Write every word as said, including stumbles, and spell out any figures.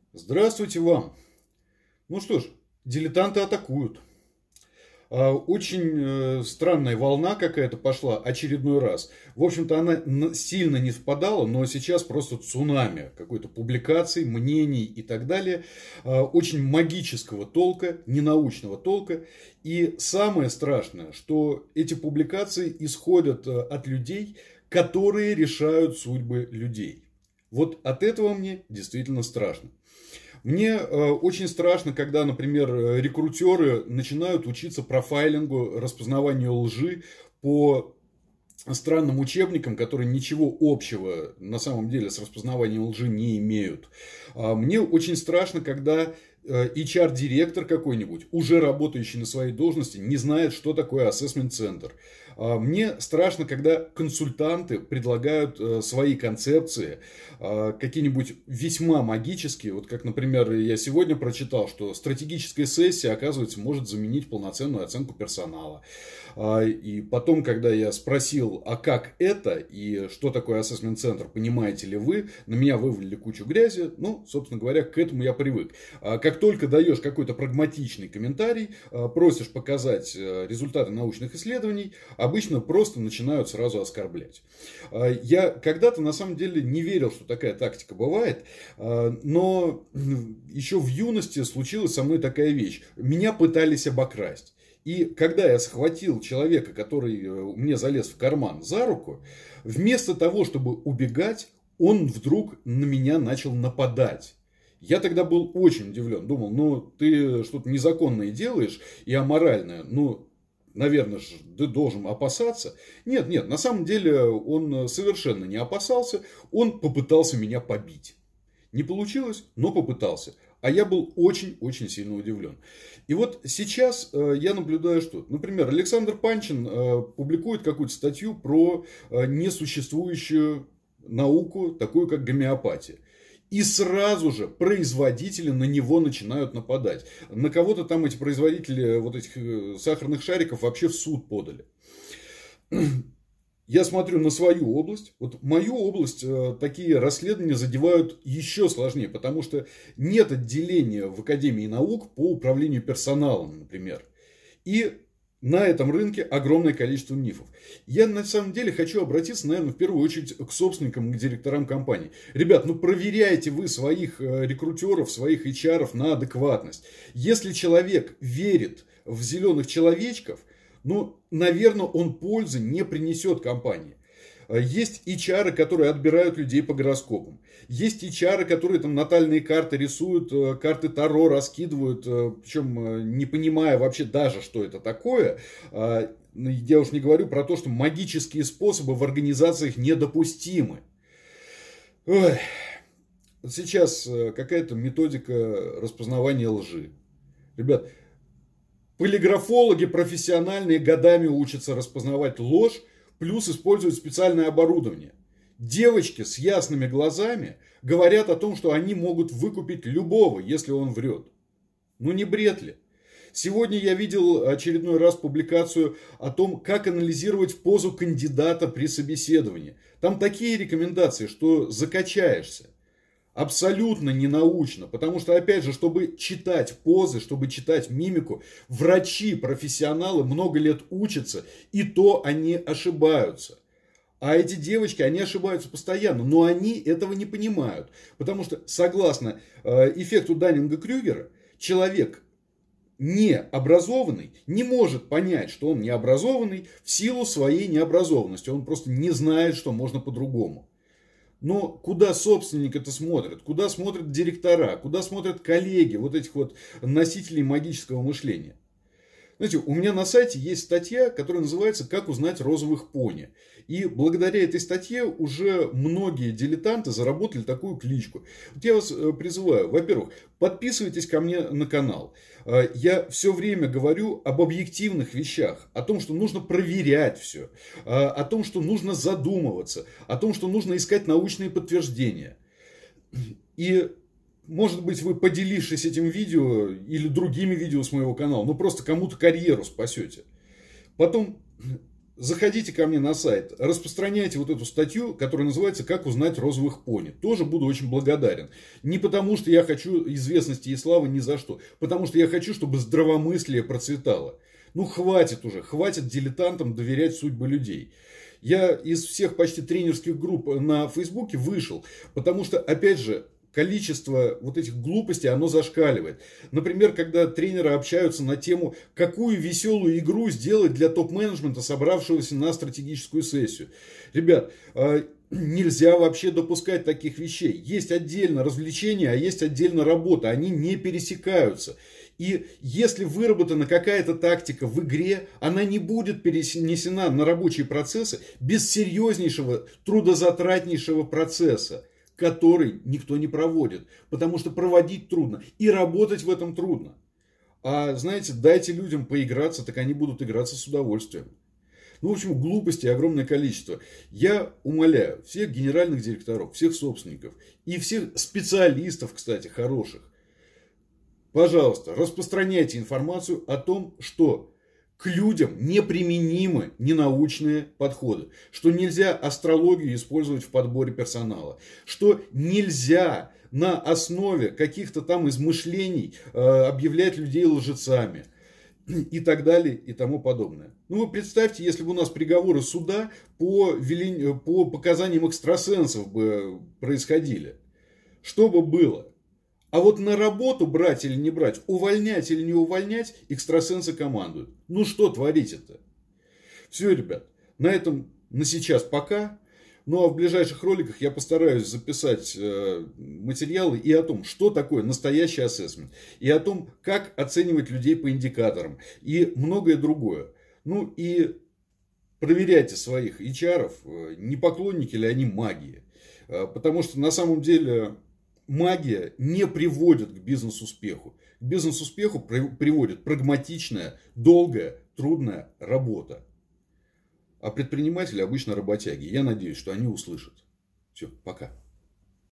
Здравствуйте вам. Ну что ж, дилетанты атакуют. А, Очень э, странная волна какая-то пошла очередной раз. В общем-то, она н- сильно не впадала, но сейчас просто цунами какой-то публикаций, мнений и так далее. А, Очень магического толка, ненаучного толка. И самое страшное, что эти публикации исходят э, от людей, которые решают судьбы людей. Вот от этого мне действительно страшно. Мне э, очень страшно, когда, например, э, рекрутеры начинают учиться профайлингу, распознаванию лжи по странным учебникам, которые ничего общего на самом деле с распознаванием лжи не имеют. А Мне очень страшно, когда э, эйч ар-директор какой-нибудь, уже работающий на своей должности, не знает, что такое ассессмент-центр. А Мне страшно, когда консультанты предлагают э, свои концепции, э, какие-нибудь весьма магические. Вот как, например, я сегодня прочитал, что стратегическая сессия, оказывается, может заменить полноценную оценку персонала. А, И потом, когда я спросил, а как это и что такое ассессмент-центр, понимаете ли вы, на меня вывалили кучу грязи. Ну, собственно говоря, к этому я привык. А Как только даешь какой-то прагматичный комментарий, а, просишь показать э, результаты научных исследований, обычно просто начинают сразу оскорблять. А, Я когда-то на самом деле не верил, что такая тактика бывает, а, но еще в юности случилась со мной такая вещь. Меня пытались обокрасть. И когда я схватил человека, который э, мне залез в карман, за руку, вместо того, чтобы убегать, он вдруг на меня начал нападать. Я тогда был очень удивлен. Думал, ну ты что-то незаконное делаешь и аморальное. Ну, наверное, же ты должен опасаться. Нет, нет, на самом деле он совершенно не опасался. Он попытался меня побить. Не получилось, но попытался. А я был очень-очень сильно удивлен. И вот сейчас э, я наблюдаю, что, например, Александр Панчин э, публикует какую-то статью про э, несуществующую науку, такую как гомеопатия. И сразу же производители на него начинают нападать. На кого-то там эти производители вот этих э, сахарных шариков вообще в суд подали. Я смотрю на свою область. Вот мою область э, такие расследования задевают еще сложнее, потому что нет отделения в Академии наук по управлению персоналом, например. И на этом рынке огромное количество мифов. Я на самом деле хочу обратиться, наверное, в первую очередь к собственникам, к директорам компаний. Ребят, ну проверяйте вы своих э, рекрутеров, своих эйч ар на адекватность. Если человек верит в зеленых человечков, ну, наверное, он пользы не принесет компании. Есть эйч ар, которые отбирают людей по гороскопам. Есть эйч ар, которые там натальные карты рисуют, карты Таро раскидывают, причем не понимая вообще даже, что это такое. Я уж не говорю про то, что магические способы в организациях недопустимы. Ой. Сейчас какая-то методика распознавания лжи. Ребят, полиграфологи профессиональные годами учатся распознавать ложь, плюс используют специальное оборудование. Девочки с ясными глазами говорят о том, что они могут выкупить любого, если он врет. Ну не бред ли? Сегодня я видел очередной раз публикацию о том, как анализировать позу кандидата при собеседовании. Там такие рекомендации, что закачаешься. Абсолютно ненаучно, потому что, опять же, чтобы читать позы, чтобы читать мимику, врачи, профессионалы много лет учатся, и то они ошибаются. А эти девочки, они ошибаются постоянно, но они этого не понимают. Потому что, согласно э, эффекту Даннинга-Крюгера, человек необразованный не может понять, что он необразованный в силу своей необразованности. Он просто не знает, что можно по-другому. Но куда собственник это смотрит? Куда смотрят директора? Куда смотрят коллеги вот этих вот носителей магического мышления? Знаете, у меня на сайте есть статья, которая называется «Как узнать розовых пони». И благодаря этой статье уже многие дилетанты заработали такую кличку. Вот я вас призываю, во-первых, подписывайтесь ко мне на канал. Я все время говорю об объективных вещах, о том, что нужно проверять все, о том, что нужно задумываться, о том, что нужно искать научные подтверждения. И может быть, вы, поделившись этим видео или другими видео с моего канала, ну просто кому-то карьеру спасете. Потом, заходите ко мне на сайт, распространяйте вот эту статью, которая называется «Как узнать розовых пони». Тоже буду очень благодарен. Не потому, что я хочу известности и славы ни за что. Потому что я хочу, чтобы здравомыслие процветало. Ну, хватит уже, хватит дилетантам доверять судьбы людей. Я из всех почти тренерских групп на Фейсбуке вышел, потому что, опять же, количество вот этих глупостей, оно зашкаливает. Например, когда тренеры общаются на тему, какую веселую игру сделать для топ-менеджмента, собравшегося на стратегическую сессию. Ребят, нельзя вообще допускать таких вещей. Есть отдельно развлечения, а есть отдельно работа. Они не пересекаются. И если выработана какая-то тактика в игре, она не будет перенесена на рабочие процессы без серьезнейшего, трудозатратнейшего процесса, который никто не проводит. Потому что проводить трудно. И работать в этом трудно. А знаете, дайте людям поиграться, так они будут играться с удовольствием. Ну, в общем, глупостей огромное количество. Я умоляю всех генеральных директоров, всех собственников и всех специалистов, кстати, хороших. Пожалуйста, распространяйте информацию о том, что к людям неприменимы ненаучные подходы, что нельзя астрологию использовать в подборе персонала, что нельзя на основе каких-то там измышлений э, объявлять людей лжецами и так далее и тому подобное. Ну вы представьте, если бы у нас приговоры суда по, велень... по показаниям экстрасенсов бы происходили, что бы было? А вот на работу брать или не брать, увольнять или не увольнять, экстрасенсы командуют. Ну что творить это? Все, ребят, на этом на сейчас пока. Ну а в ближайших роликах я постараюсь записать э, материалы и о том, что такое настоящий ассессмент, и о том, как оценивать людей по индикаторам, и многое другое. Ну и проверяйте своих эйч ар-ов, э, не поклонники ли они магии. Э, потому что на самом деле магия не приводит к бизнес-успеху. К бизнес-успеху приводит прагматичная, долгая, трудная работа. А предприниматели обычно работяги. Я надеюсь, что они услышат. Все, пока.